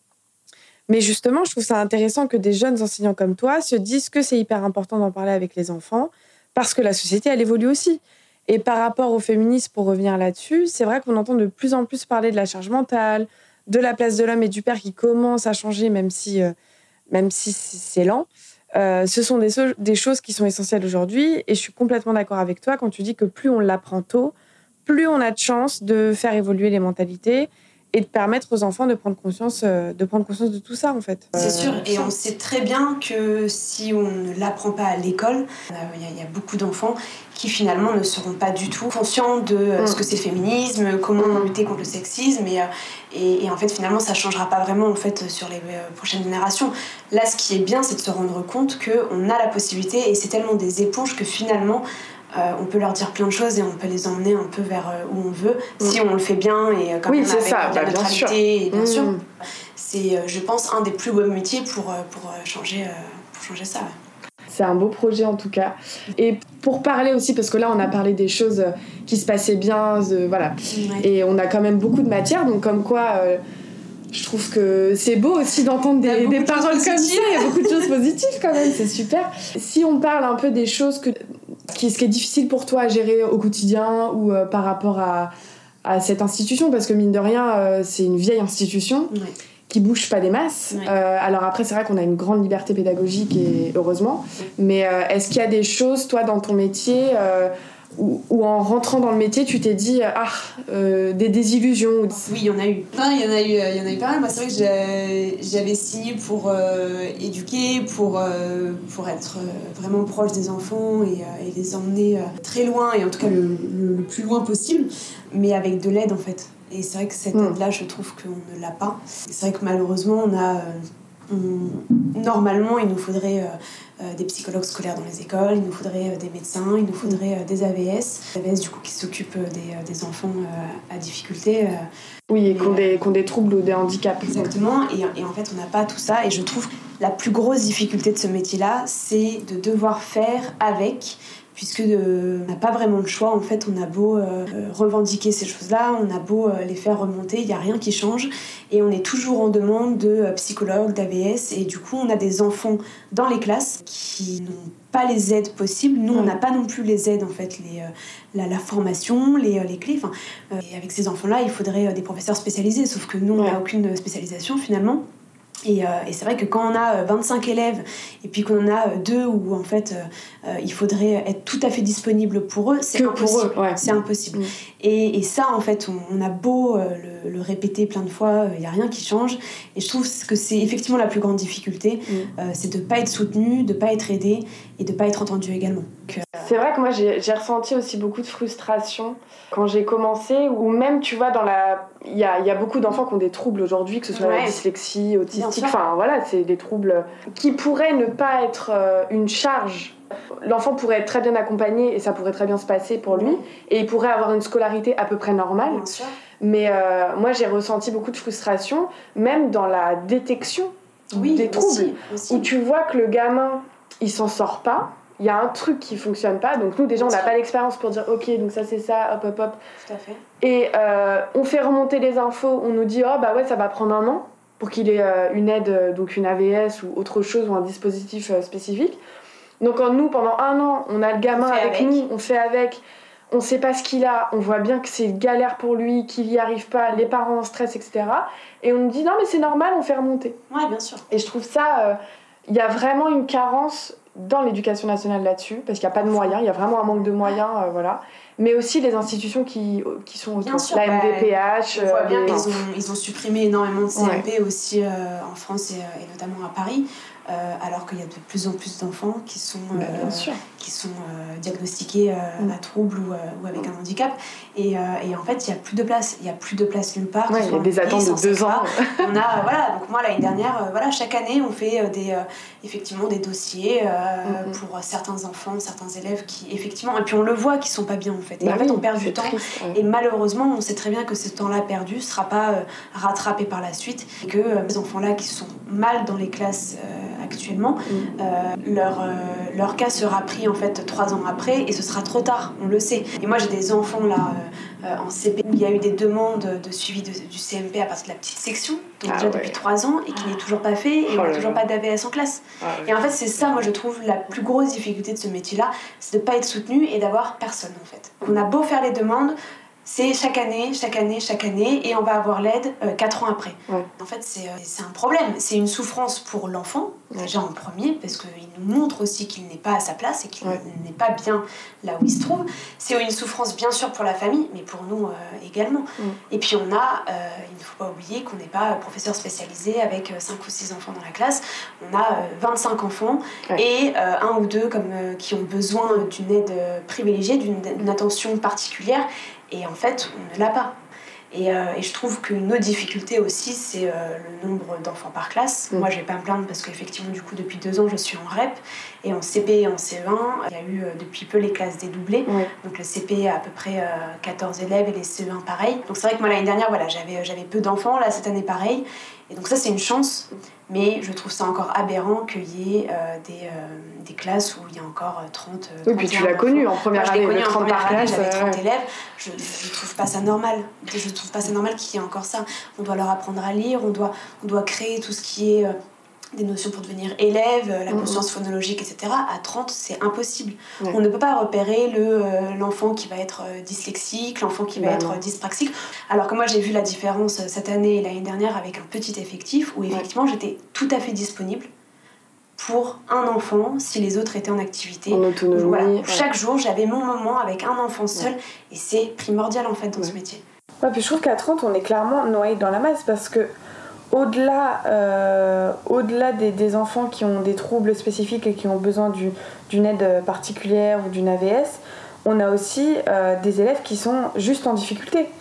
Mais justement, je trouve ça intéressant que des jeunes enseignants comme toi se disent que c'est hyper important d'en parler avec les enfants parce que la société, elle évolue aussi. Et par rapport au féminisme, pour revenir là-dessus, c'est vrai qu'on entend de plus en plus parler de la charge mentale, de la place de l'homme et du père qui commence à changer, même si, euh, même si c'est lent. Euh, ce sont des, so- des choses qui sont essentielles aujourd'hui. Et je suis complètement d'accord avec toi quand tu dis que plus on l'apprend tôt, plus on a de chances de faire évoluer les mentalités et de permettre aux enfants de prendre conscience, de prendre conscience de tout ça, en fait. C'est sûr, et on sait très bien que si on ne l'apprend pas à l'école, il y, y a beaucoup d'enfants qui finalement ne seront pas du tout conscients de mm. ce que c'est le féminisme, comment mm. lutter contre le sexisme, et, et, et en fait finalement ça ne changera pas vraiment en fait, sur les prochaines générations. Là, ce qui est bien, c'est de se rendre compte qu'on a la possibilité, et c'est tellement des éponges que finalement Euh, on peut leur dire plein de choses et on peut les emmener un peu vers euh, où on veut mmh. si on le fait bien et euh, comme oui, on c'est avec ça, la bah, neutralité bien sûr. et bien mmh. sûr c'est euh, je pense un des plus beaux métiers pour, euh, pour, euh, changer, euh, pour changer ça ouais. C'est un beau projet en tout cas. Et pour parler aussi, parce que là on a parlé des choses qui se passaient bien, de, voilà. Ouais. Et on a quand même beaucoup de matière, donc comme quoi euh, je trouve que c'est beau aussi d'entendre des, des paroles comme ça. Il y a beaucoup de choses positives quand même, c'est super. Si on parle un peu des choses que, qui, ce qui est difficile pour toi à gérer au quotidien ou euh, par rapport à, à cette institution, parce que mine de rien, euh, c'est une vieille institution ouais. qui bouge pas des masses. Ouais. Euh, alors après, c'est vrai qu'on a une grande liberté pédagogique et heureusement, ouais. mais euh, est-ce qu'il y a des choses, toi, dans ton métier euh, Ou, ou en rentrant dans le métier, tu t'es dit ah euh, des désillusions? Oui, il y en a eu. Non, il y en a eu, il y en a eu pas mal. Moi, c'est vrai que j'ai, j'avais signé pour euh, éduquer, pour euh, pour être vraiment proche des enfants et, euh, et les emmener euh, très loin et en tout cas le, le, le plus loin possible, mais avec de l'aide en fait. Et c'est vrai que cette mmh. aide-là, je trouve qu'on ne l'a pas. Et c'est vrai que malheureusement, on a euh, on, normalement, il nous faudrait euh, euh, des psychologues scolaires dans les écoles, il nous faudrait euh, des médecins, il nous faudrait euh, des A V S. A V S, du coup, qui s'occupent des, euh, des enfants euh, à difficulté. Euh, oui, et qui ont, des, qui ont des troubles ou des handicaps. Exactement, et, et en fait, on n'a pas tout ça. Et je trouve que la plus grosse difficulté de ce métier-là, c'est de devoir faire avec... puisque euh, on n'a pas vraiment le choix. En fait, on a beau euh, revendiquer ces choses-là, on a beau euh, les faire remonter, il n'y a rien qui change, et on est toujours en demande de euh, psychologues, d'A V S, et du coup, on a des enfants dans les classes qui n'ont pas les aides possibles. Nous, on n'a pas non plus les aides, en fait, les, euh, la, la formation, les, euh, les clés. Enfin, euh, et avec ces enfants-là, il faudrait euh, des professeurs spécialisés, sauf que nous, on n'a ouais. aucune spécialisation, finalement. Et, euh, et c'est vrai que quand on a vingt-cinq élèves et puis qu'on en a deux où en fait euh, il faudrait être tout à fait disponible pour eux, c'est que impossible. Pour eux, ouais. C'est impossible. Mmh. Et, et ça, en fait, on, on a beau euh, le, le répéter plein de fois, il n'y a rien qui change. Et je trouve que c'est effectivement la plus grande difficulté, mmh. euh, c'est de ne pas être soutenu, de ne pas être aidé et de ne pas être entendu également. Donc, euh... C'est vrai que moi, j'ai, j'ai ressenti aussi beaucoup de frustration quand j'ai commencé, ou même, tu vois, dans la... il y a, il y a beaucoup d'enfants qui ont des troubles aujourd'hui, que ce soit ouais. la dyslexie, autistique, enfin voilà, c'est des troubles qui pourraient ne pas être euh, une charge. L'enfant pourrait être très bien accompagné et ça pourrait très bien se passer pour lui, et il pourrait avoir une scolarité à peu près normale. Bien sûr. Mais euh, moi, j'ai ressenti beaucoup de frustration, même dans la détection oui, des troubles, aussi, aussi. où tu vois que le gamin, il s'en sort pas. Il y a un truc qui fonctionne pas, donc nous déjà on n'a pas l'expérience pour dire ok, donc ça c'est ça, hop hop hop. Tout à fait. Et euh, on fait remonter les infos, on nous dit oh bah ouais ça va prendre un an pour qu'il ait euh, une aide, euh, donc une A V S ou autre chose ou un dispositif euh, spécifique. Donc en nous pendant un an on a le gamin avec, avec nous, on fait avec, on sait pas ce qu'il a, on voit bien que c'est galère pour lui, qu'il y arrive pas, les parents en stress et cetera. Et on nous dit non mais c'est normal, on fait remonter. Ouais bien sûr. Et je trouve ça, il euh, y a vraiment une carence dans l'éducation nationale là-dessus, parce qu'il n'y a pas de moyens, il y a vraiment un manque de moyens, euh, voilà. Mais aussi les institutions qui, qui sont autour, sûr, la M D P H... Bah, on voit bien les... qu'ils ont, ils ont supprimé énormément de C M P ouais. aussi euh, en France et, et notamment à Paris, euh, alors qu'il y a de plus en plus d'enfants qui sont, euh, bah, qui sont euh, diagnostiqués euh, mm. à trouble ou, euh, ou avec mm. un handicap. Et, euh, et en fait, il n'y a plus de place. Il n'y a plus de place nulle part. Ouais, il y a des attentes de deux ans. On a, voilà, donc moi, l'année dernière, euh, voilà, chaque année, on fait euh, des, euh, effectivement des dossiers euh, mm. pour certains enfants, certains élèves qui, effectivement... Et puis on le voit qu'ils ne sont pas bien, en fait. Et bah en fait, oui, on perd du temps. Triste, ouais. Et malheureusement, on sait très bien que ce temps-là perdu ne sera pas euh, rattrapé par la suite. Et que euh, ces enfants-là qui sont mal dans les classes euh, actuellement, mm. euh, leur, euh, leur cas sera pris en fait trois ans après et ce sera trop tard, on le sait. Et moi j'ai des enfants là euh, euh, en C P où il y a eu des demandes de suivi de, du C M P à partir de la petite section, donc ah déjà ouais. depuis trois ans et qui n'est toujours pas fait et oh on n'a toujours pas d'A V S en classe. Ah ouais. Et en fait c'est ça, moi je trouve la plus grosse difficulté de ce métier-là, c'est de ne pas être soutenu et d'avoir personne en fait. On a beau faire les demandes, c'est chaque année, chaque année, chaque année, et on va avoir l'aide euh, quatre ans après. Ouais. En fait, c'est, euh, c'est un problème. C'est une souffrance pour l'enfant, ouais. déjà en premier, parce qu'il nous montre aussi qu'il n'est pas à sa place et qu'il ouais. n'est pas bien là où il se trouve. C'est une souffrance, bien sûr, pour la famille, mais pour nous euh, également. Ouais. Et puis, on a, euh, il ne faut pas oublier qu'on n'est pas professeur spécialisé avec cinq ou six enfants dans la classe. On a euh, vingt-cinq enfants ouais. et euh, un ou deux comme, euh, qui ont besoin d'une aide privilégiée, d'une, d'une attention particulière. Et en fait, on ne l'a pas. Et, euh, et je trouve qu'une autre difficulté aussi, c'est euh, le nombre d'enfants par classe. Mmh. Moi, je ne vais pas me plaindre parce qu'effectivement, du coup, depuis deux ans, je suis en R E P. Et en C P et en C E un, il y a eu euh, depuis peu les classes dédoublées. Mmh. Donc le C P a à peu près euh, quatorze élèves et les C E un pareil. Donc c'est vrai que moi, l'année dernière, voilà, j'avais, j'avais peu d'enfants. Là, cette année, pareil. Et donc ça, c'est une chance. Mais je trouve ça encore aberrant qu'il y ait euh, des, euh, des classes où il y a encore trente, oui, puis tu l'as connu en première Moi, année, je l'ai connu en première année, j'avais trente ouais. élèves. Je ne trouve pas ça normal. Je trouve pas ça normal qu'il y ait encore ça. On doit leur apprendre à lire, on doit, on doit créer tout ce qui est... Euh, des notions pour devenir élève, la conscience mmh. phonologique, et cetera. À trente, c'est impossible. Ouais. On ne peut pas repérer le, euh, l'enfant qui va être euh, dyslexique, l'enfant qui va bah être euh, dyspraxique. Alors que moi, j'ai vu la différence euh, cette année et l'année dernière avec un petit effectif où effectivement, ouais. j'étais tout à fait disponible pour un enfant si les autres étaient en activité. En autonomie. Donc, voilà. ouais. Chaque jour, j'avais mon moment avec un enfant seul ouais. et c'est primordial en fait dans ouais. ce métier. Ouais, puis je trouve qu'à trente, on est clairement noyé dans la masse parce que Au-delà, euh, au-delà des, des enfants qui ont des troubles spécifiques et qui ont besoin du, d'une aide particulière ou d'une A V S, on a aussi euh, des élèves qui sont juste en difficulté.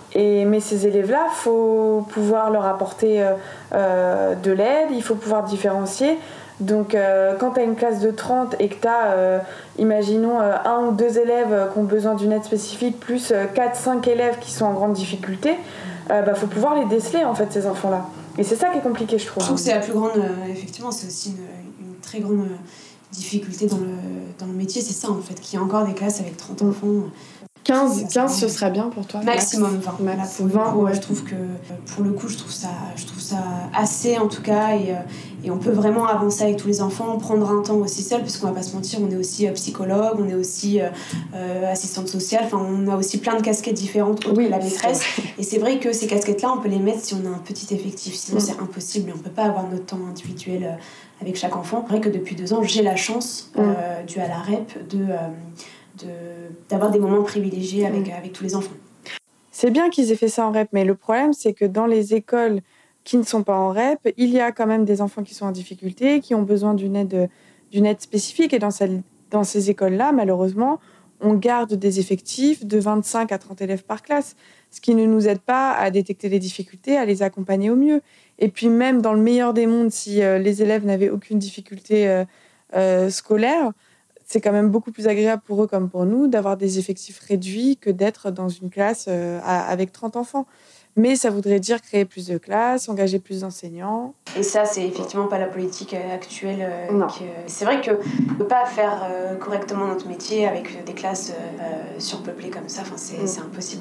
Et, mais ces élèves-là, il faut pouvoir leur apporter euh, euh, de l'aide, il faut pouvoir différencier. Donc euh, quand tu as une classe de trente et que tu as, euh, imaginons, euh, un ou deux élèves qui ont besoin d'une aide spécifique, plus euh, quatre cinq élèves qui sont en grande difficulté, il euh, bah, faut pouvoir les déceler, en fait, ces enfants-là. Et c'est ça qui est compliqué, je trouve. Je trouve que c'est la plus grande, euh, effectivement, c'est aussi une, une très grande euh, difficulté dans le, dans le métier, c'est ça, en fait, qu'il y a encore des classes avec trente enfants. quinze, quinze ce serait bien pour toi. Maximum vingt. Max, Là, pour le vingt, coup, ouais. je trouve que pour le coup, je trouve ça, je trouve ça assez en tout cas, et, et on peut vraiment avancer avec tous les enfants, prendre un temps aussi seul, parce qu'on va pas se mentir, on est aussi psychologue, on est aussi euh, assistante sociale, enfin on a aussi plein de casquettes différentes autres oui, que la maîtresse. Et c'est vrai que ces casquettes-là, on peut les mettre si on a un petit effectif, sinon mm. c'est impossible, on peut pas avoir notre temps individuel avec chaque enfant. C'est vrai que depuis deux ans, j'ai la chance, mm. euh, due à la R E P, de euh, De, d'avoir des moments privilégiés avec, mmh. avec tous les enfants. C'est bien qu'ils aient fait ça en R E P, mais le problème, c'est que dans les écoles qui ne sont pas en R E P, il y a quand même des enfants qui sont en difficulté, qui ont besoin d'une aide, d'une aide spécifique. Et dans, sa, dans ces écoles-là, malheureusement, on garde des effectifs de vingt-cinq à trente élèves par classe, ce qui ne nous aide pas à détecter les difficultés, à les accompagner au mieux. Et puis même dans le meilleur des mondes, si euh, les élèves n'avaient aucune difficulté euh, euh, scolaire, c'est quand même beaucoup plus agréable pour eux comme pour nous d'avoir des effectifs réduits que d'être dans une classe euh, avec trente enfants. Mais ça voudrait dire créer plus de classes, engager plus d'enseignants. Et ça, c'est effectivement pas la politique actuelle. Euh, non. Que... C'est vrai qu'on ne peut pas faire euh, correctement notre métier avec des classes euh, surpeuplées comme ça. Enfin, c'est, mm. c'est impossible.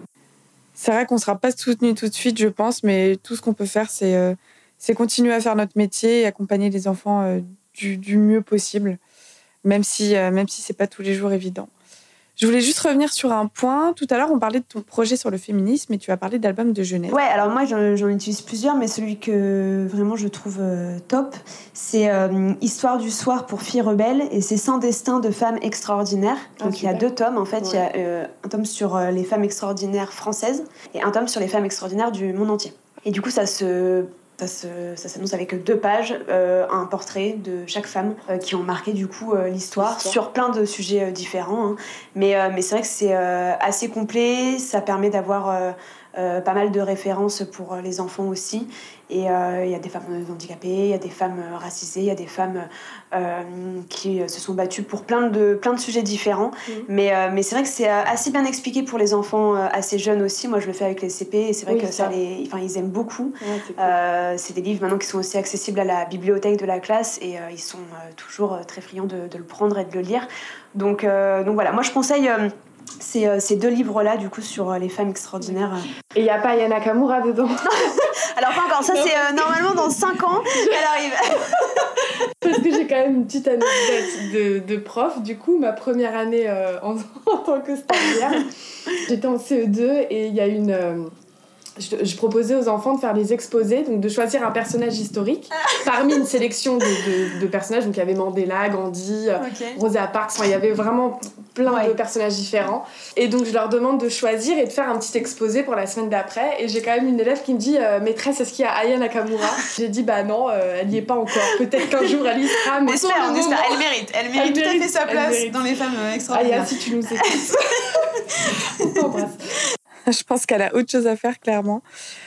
C'est vrai qu'on ne sera pas soutenu tout de suite, je pense, mais tout ce qu'on peut faire, c'est, euh, c'est continuer à faire notre métier et accompagner les enfants euh, du, du mieux possible. Même si, euh, même si ce n'est pas tous les jours évident. Je voulais juste revenir sur un point. Tout à l'heure, on parlait de ton projet sur le féminisme et tu as parlé d'albums de jeunesse. Ouais, alors moi, j'en, j'en utilise plusieurs, mais celui que vraiment je trouve euh, top, c'est euh, Histoire du soir pour filles rebelles et c'est cent destins de femmes extraordinaires. Donc, ah, il y a deux tomes, en fait. Ouais. Il y a euh, un tome sur euh, les femmes extraordinaires françaises et un tome sur les femmes extraordinaires du monde entier. Et du coup, ça se... Ça, se, ça s'annonce avec deux pages, euh, un portrait de chaque femme euh, qui ont marqué du coup euh, l'histoire, l'histoire sur plein de sujets euh, différents. Hein. Mais, euh, mais c'est vrai que c'est euh, assez complet, ça permet d'avoir euh, euh, pas mal de références pour les enfants aussi. Et il euh, y a des femmes handicapées, il y a des femmes racisées, il y a des femmes euh, qui se sont battues pour plein de, plein de sujets différents. Mmh. Mais, euh, mais c'est vrai que c'est assez bien expliqué pour les enfants assez jeunes aussi. Moi, je le fais avec les C P et c'est vrai oui, que ça, ça les, enfin, ils aiment beaucoup. Ouais, c'est, cool. euh, c'est des livres maintenant qui sont aussi accessibles à la bibliothèque de la classe et euh, ils sont euh, toujours très friands de, de le prendre et de le lire. Donc, euh, donc voilà, moi je conseille... Euh, Ces, euh, ces deux livres-là, du coup, sur euh, les femmes extraordinaires. Et il n'y a pas Aya Nakamura dedans. Alors, pas encore. Ça, c'est euh, normalement dans cinq ans qu'elle arrive. Parce que j'ai quand même une petite anecdote de, de prof. Du coup, ma première année euh, en, en tant que stagiaire, j'étais en C E deux et il y a une... Euh, Je, je proposais aux enfants de faire les exposés, donc de choisir un personnage historique parmi une sélection de, de, de personnages. Donc il y avait Mandela, Gandhi, okay. Rosa Parks, enfin, il y avait vraiment plein ouais. de personnages différents. Et donc je leur demande de choisir et de faire un petit exposé pour la semaine d'après. Et j'ai quand même une élève qui me dit euh, maîtresse, est-ce qu'il y a Aya Nakamura? J'ai dit bah non, euh, elle n'y est pas encore. Peut-être qu'un jour elle y sera. Mais on espère, on espère. Elle mérite, elle mérite elle tout mérite, à fait sa place dans les femmes extraordinaires. Aya, si tu nous écoutes. On t'embrasse. Je pense qu'elle a autre chose à faire, clairement.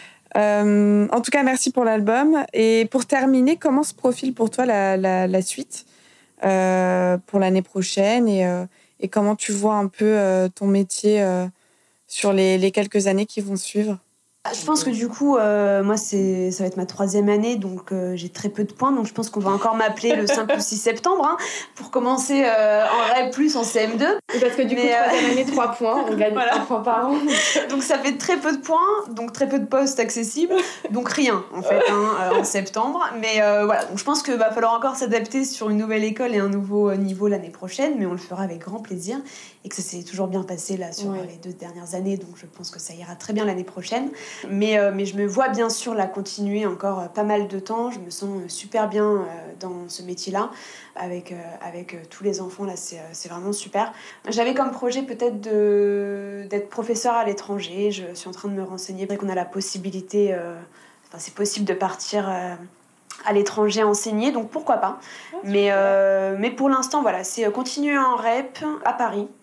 Euh, en tout cas, merci pour l'album. Et pour terminer, comment se profile pour toi la, la, la suite euh, pour l'année prochaine et, euh, et comment tu vois un peu euh, ton métier euh, sur les, les quelques années qui vont suivre? Je pense que du coup, euh, moi, c'est, ça va être ma troisième année, donc euh, j'ai très peu de points. Donc je pense qu'on va encore m'appeler le cinq ou six septembre hein, pour commencer euh, en R E P plus en C M deux. Parce que du coup, Mais, troisième euh... année, trois points. On gagne voilà. trois points par an. Donc ça fait très peu de points, donc très peu de postes accessibles. Donc rien, en fait, hein, en septembre. Mais euh, voilà, donc je pense qu'il va falloir encore s'adapter sur une nouvelle école et un nouveau niveau l'année prochaine. Mais on le fera avec grand plaisir. Et que ça s'est toujours bien passé là sur ouais. les deux dernières années. Donc je pense que ça ira très bien l'année prochaine. Mais, euh, mais je me vois bien sûr la continuer encore euh, pas mal de temps. Je me sens euh, super bien euh, dans ce métier-là. Avec, euh, avec euh, tous les enfants, là, c'est, euh, c'est vraiment super. J'avais comme projet peut-être de, d'être professeur à l'étranger. Je suis en train de me renseigner. C'est vrai qu'on a la possibilité, euh, enfin c'est possible de partir euh, à l'étranger enseigner, donc pourquoi pas. Ah, mais, euh, mais pour l'instant, voilà, c'est continuer en R E P à Paris.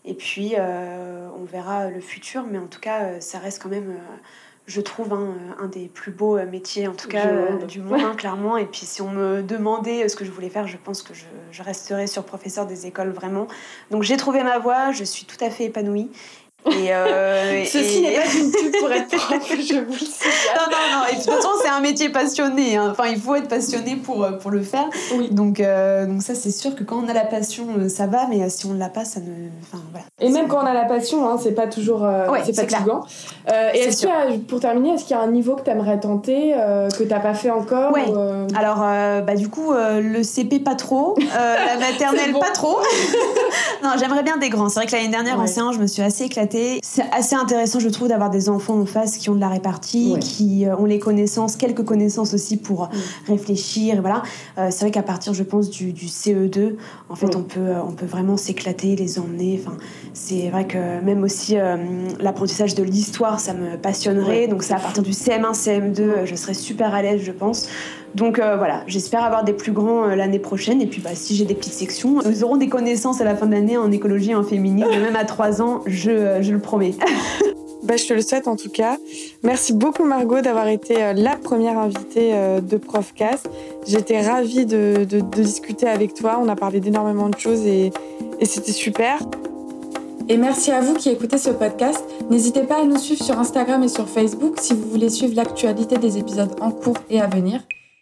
Et puis, euh, on verra le futur, mais en tout cas, euh, ça reste quand même, euh, je trouve, hein, un des plus beaux métiers, en tout cas, du monde, euh, du monde hein, clairement. Et puis, si on me demandait ce que je voulais faire, je pense que je, je resterais sur professeur des écoles, vraiment. Donc, j'ai trouvé ma voie, je suis tout à fait épanouie. Et euh, Ceci et... n'est pas une pub pour être prof, je vous le signale. Non, non, non. Et de toute façon, c'est un métier passionné. Hein. Enfin, il faut être passionné pour, pour le faire. Oui. Donc, euh, donc ça, c'est sûr que quand on a la passion, ça va. Mais si on ne l'a pas, ça ne... Enfin, voilà. Et même quand on a la passion, hein, c'est pas toujours euh, ouais, c'est fatigant. Euh, et c'est est-ce qu'il y a, pour terminer, est-ce qu'il y a un niveau que tu aimerais tenter, euh, que tu n'as pas fait encore Ouais. ou euh... Alors, euh, bah, du coup, euh, le C P, pas trop. Euh, la maternelle, bon. Pas trop. Non, j'aimerais bien des grands. C'est vrai que l'année dernière, ouais. en C un, je me suis assez éclatée. C'est assez intéressant, je trouve, d'avoir des enfants en face qui ont de la répartie, ouais. qui euh, ont les connaissances, quelques connaissances aussi pour mmh. réfléchir. Et voilà. Euh, c'est vrai qu'à partir, je pense, du, du C E deux, en fait, mmh. on, peut, on peut vraiment s'éclater, les emmener. Enfin, c'est vrai que même aussi euh, l'apprentissage de l'histoire, ça me passionnerait. Ouais. Donc, c'est à partir du C M un, C M deux, je serais super à l'aise, je pense. Donc euh, voilà, j'espère avoir des plus grands euh, l'année prochaine. Et puis bah, si j'ai des petites sections, ils auront des connaissances à la fin de l'année en écologie et en féminisme. Même à trois ans, je, euh, je le promets. Bah, je te le souhaite en tout cas. Merci beaucoup Margot d'avoir été euh, la première invitée euh, de Profcast. J'étais ravie de, de, de discuter avec toi. On a parlé d'énormément de choses et, et c'était super. Et merci à vous qui écoutez ce podcast. N'hésitez pas à nous suivre sur Instagram et sur Facebook si vous voulez suivre l'actualité des épisodes en cours et à venir.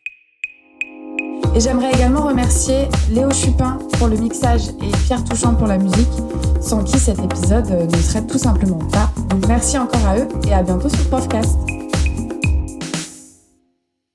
Et j'aimerais également remercier Léo Chupin pour le mixage et Pierre Touchant pour la musique, sans qui cet épisode ne serait tout simplement pas. Donc merci encore à eux et à bientôt sur Profcast.